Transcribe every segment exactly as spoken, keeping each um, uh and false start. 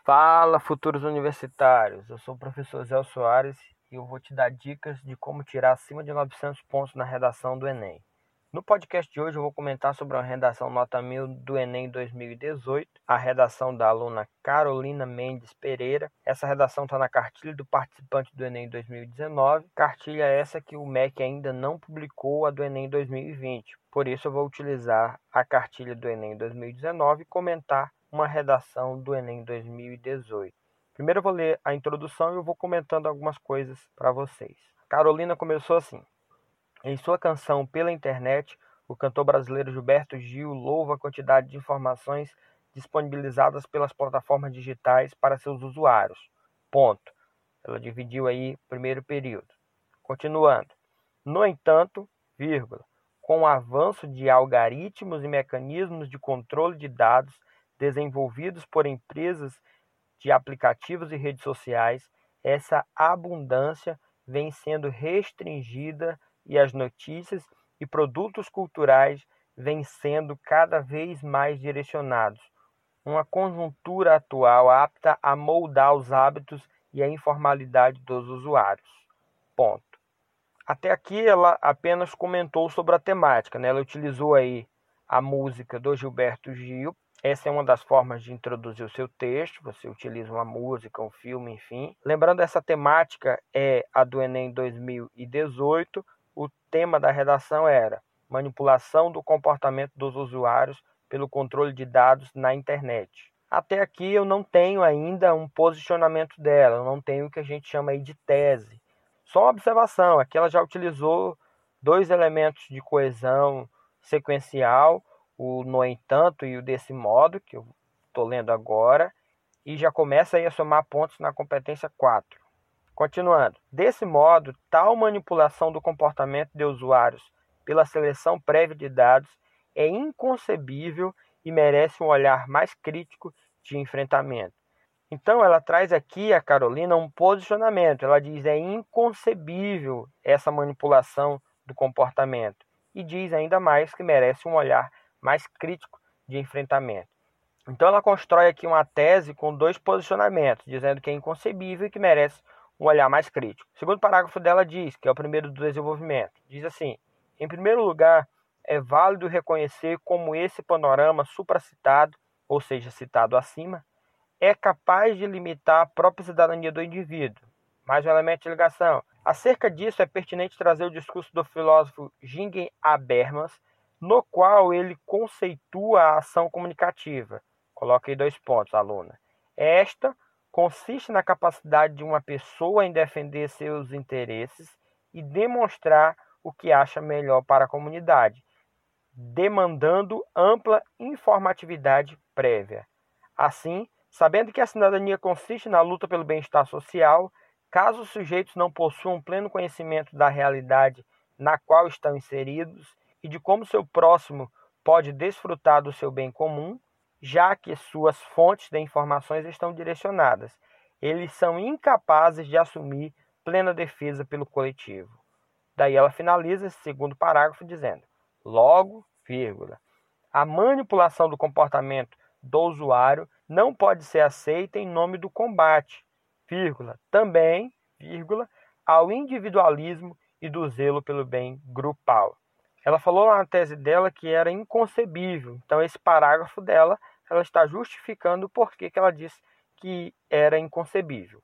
Fala, futuros universitários! Eu sou o professor Zé Soares e eu vou te dar dicas de como tirar acima de novecentos pontos na redação do Enem. No podcast de hoje eu vou comentar sobre a redação nota mil do Enem dois mil e dezoito, a redação da aluna Carolina Mendes Pereira. Essa redação está na cartilha do participante do Enem dois mil e dezenove, cartilha essa que o M E C ainda não publicou a do Enem dois mil e vinte. Por isso eu vou utilizar a cartilha do Enem dois mil e dezenove e comentar uma redação do Enem dois mil e dezoito. Primeiro eu vou ler a introdução e eu vou comentando algumas coisas para vocês. Carolina começou assim: em sua canção Pela Internet, o cantor brasileiro Gilberto Gil louva a quantidade de informações disponibilizadas pelas plataformas digitais para seus usuários. Ponto. Ela dividiu aí o primeiro período. Continuando. No entanto, vírgula, com o avanço de algoritmos e mecanismos de controle de dados desenvolvidos por empresas de aplicativos e redes sociais, essa abundância vem sendo restringida e as notícias e produtos culturais vêm sendo cada vez mais direcionados. Uma conjuntura atual apta a moldar os hábitos e a informalidade dos usuários. Ponto. Até aqui ela apenas comentou sobre a temática, né? Ela utilizou aí a música do Gilberto Gil. Essa é uma das formas de introduzir o seu texto. Você utiliza uma música, um filme, enfim. Lembrando, essa temática é a do Enem dois mil e dezoito. O tema da redação era manipulação do comportamento dos usuários pelo controle de dados na internet. Até aqui eu não tenho ainda um posicionamento dela, eu não tenho o que a gente chama aí de tese. Só uma observação, aqui ela já utilizou dois elementos de coesão sequencial, o no entanto e o desse modo, que eu estou lendo agora, e já começa aí a somar pontos na competência quatro. Continuando. Desse modo, tal manipulação do comportamento de usuários pela seleção prévia de dados é inconcebível e merece um olhar mais crítico de enfrentamento. Então, ela traz aqui, a Carolina, um posicionamento. Ela diz que é inconcebível essa manipulação do comportamento. E diz ainda mais que merece um olhar mais crítico de enfrentamento. Então, ela constrói aqui uma tese com dois posicionamentos, dizendo que é inconcebível e que merece um olhar mais crítico. O segundo parágrafo dela diz, que é o primeiro do desenvolvimento, diz assim: em primeiro lugar, é válido reconhecer como esse panorama supracitado, ou seja, citado acima, é capaz de limitar a própria cidadania do indivíduo. Mais um elemento de ligação. Acerca disso, é pertinente trazer o discurso do filósofo Jürgen Habermas, no qual ele conceitua a ação comunicativa. Coloque aí dois pontos, aluna. Esta consiste na capacidade de uma pessoa em defender seus interesses e demonstrar o que acha melhor para a comunidade, demandando ampla informatividade prévia. Assim, sabendo que a cidadania consiste na luta pelo bem-estar social, caso os sujeitos não possuam pleno conhecimento da realidade na qual estão inseridos e de como seu próximo pode desfrutar do seu bem comum, já que suas fontes de informações estão direcionadas, eles são incapazes de assumir plena defesa pelo coletivo. Daí ela finaliza esse segundo parágrafo dizendo: logo, vírgula, a manipulação do comportamento do usuário não pode ser aceita em nome do combate, vírgula, também, vírgula, ao individualismo e do zelo pelo bem grupal. Ela falou na tese dela que era inconcebível. Então, esse parágrafo dela, ela está justificando o porquê que ela disse que era inconcebível.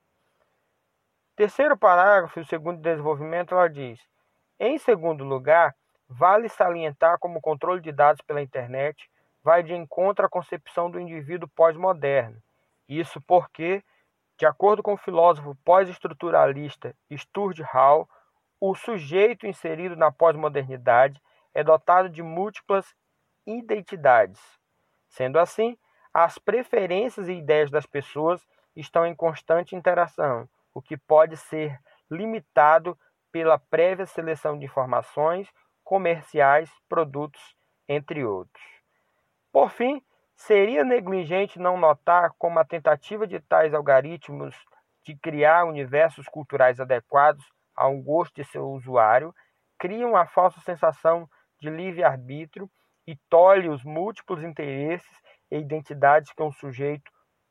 Terceiro parágrafo, o segundo desenvolvimento, ela diz: em segundo lugar, vale salientar como o controle de dados pela internet vai de encontro à concepção do indivíduo pós-moderno. Isso porque, de acordo com o filósofo pós-estruturalista Stuart Hall, o sujeito inserido na pós-modernidade é dotado de múltiplas identidades. Sendo assim, as preferências e ideias das pessoas estão em constante interação, o que pode ser limitado pela prévia seleção de informações, comerciais, produtos, entre outros. Por fim, seria negligente não notar como a tentativa de tais algoritmos de criar universos culturais adequados ao gosto de seu usuário cria uma falsa sensação de livre-arbítrio e tolhe os múltiplos interesses e identidades que um sujeito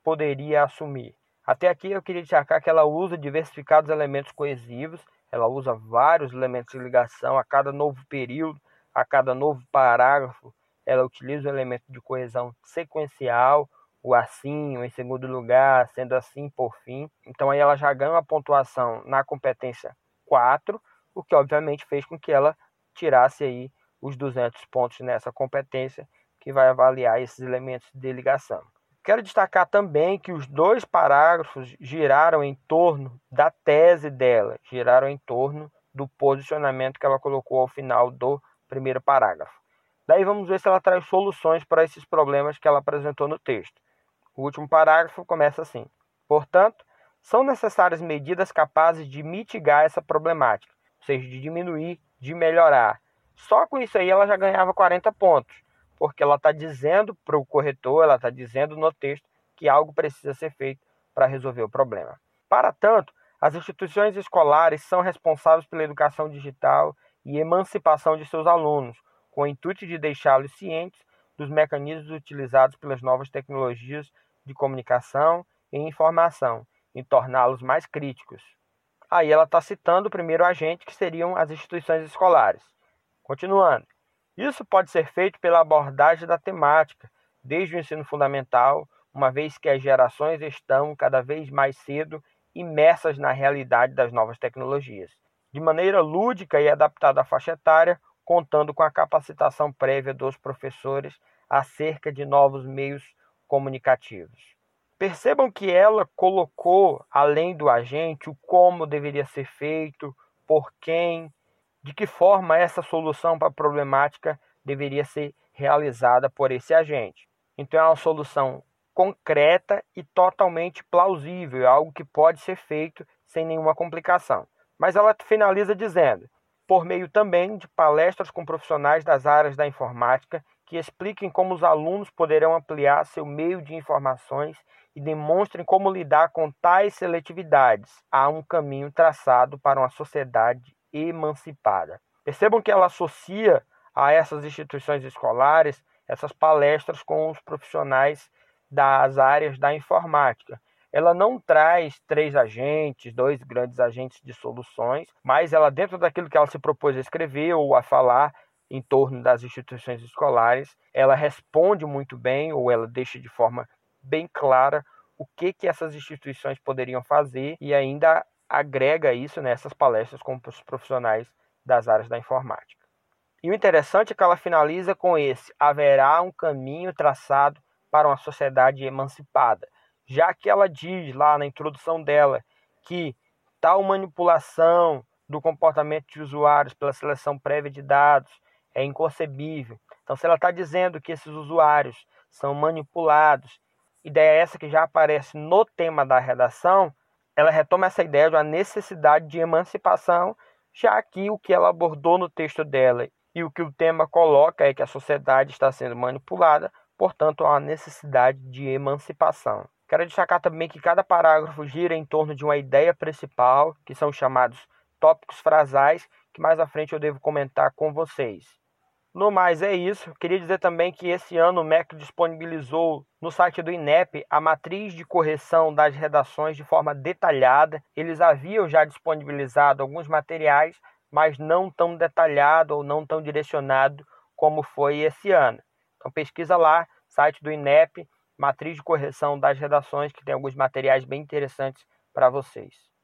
poderia assumir. Até aqui eu queria destacar que ela usa diversificados elementos coesivos, ela usa vários elementos de ligação a cada novo período, a cada novo parágrafo, ela utiliza o elemento de coesão sequencial, o assim, o em segundo lugar, sendo assim por fim. Então aí ela já ganha uma pontuação na competência quatro, o que obviamente fez com que ela tirasse aí os duzentos pontos nessa competência, que vai avaliar esses elementos de ligação. Quero destacar também que os dois parágrafos giraram em torno da tese dela, giraram em torno do posicionamento que ela colocou ao final do primeiro parágrafo. Daí vamos ver se ela traz soluções para esses problemas que ela apresentou no texto. O último parágrafo começa assim: portanto, são necessárias medidas capazes de mitigar essa problemática, ou seja, de diminuir, de melhorar. Só com isso aí ela já ganhava quarenta pontos, porque ela está dizendo para o corretor, ela está dizendo no texto que algo precisa ser feito para resolver o problema. Para tanto, as instituições escolares são responsáveis pela educação digital e emancipação de seus alunos, com o intuito de deixá-los cientes dos mecanismos utilizados pelas novas tecnologias de comunicação e informação, e torná-los mais críticos. Aí ela está citando o primeiro agente, que seriam as instituições escolares. Continuando. Isso pode ser feito pela abordagem da temática, desde o ensino fundamental, uma vez que as gerações estão cada vez mais cedo imersas na realidade das novas tecnologias, de maneira lúdica e adaptada à faixa etária, contando com a capacitação prévia dos professores acerca de novos meios comunicativos. Percebam que ela colocou, além do agente, o como deveria ser feito, por quem, de que forma essa solução para a problemática deveria ser realizada por esse agente. Então é uma solução concreta e totalmente plausível, é algo que pode ser feito sem nenhuma complicação. Mas ela finaliza dizendo: por meio também de palestras com profissionais das áreas da informática que expliquem como os alunos poderão ampliar seu meio de informações e demonstrem como lidar com tais seletividades. Há um caminho traçado para uma sociedade emancipada. Percebam que ela associa a essas instituições escolares essas palestras com os profissionais das áreas da informática. Ela não traz três agentes, dois grandes agentes de soluções, mas ela, dentro daquilo que ela se propôs a escrever ou a falar em torno das instituições escolares, ela responde muito bem, ou ela deixa de forma bem clara o que, que essas instituições poderiam fazer, e ainda agrega isso nessas palestras com os profissionais das áreas da informática. E o interessante é que ela finaliza com esse: haverá um caminho traçado para uma sociedade emancipada, já que ela diz lá na introdução dela que tal manipulação do comportamento de usuários pela seleção prévia de dados é inconcebível. Então, se ela está dizendo que esses usuários são manipulados, ideia essa que já aparece no tema da redação, ela retoma essa ideia de uma necessidade de emancipação, já que o que ela abordou no texto dela e o que o tema coloca é que a sociedade está sendo manipulada, portanto, há uma necessidade de emancipação. Quero destacar também que cada parágrafo gira em torno de uma ideia principal, que são chamados tópicos frasais, que mais à frente eu devo comentar com vocês. No mais, é isso. Queria dizer também que esse ano o M E C disponibilizou no site do INEP a matriz de correção das redações de forma detalhada. Eles haviam já disponibilizado alguns materiais, mas não tão detalhado ou não tão direcionado como foi esse ano. Então pesquisa lá, site do INEP, matriz de correção das redações, que tem alguns materiais bem interessantes para vocês.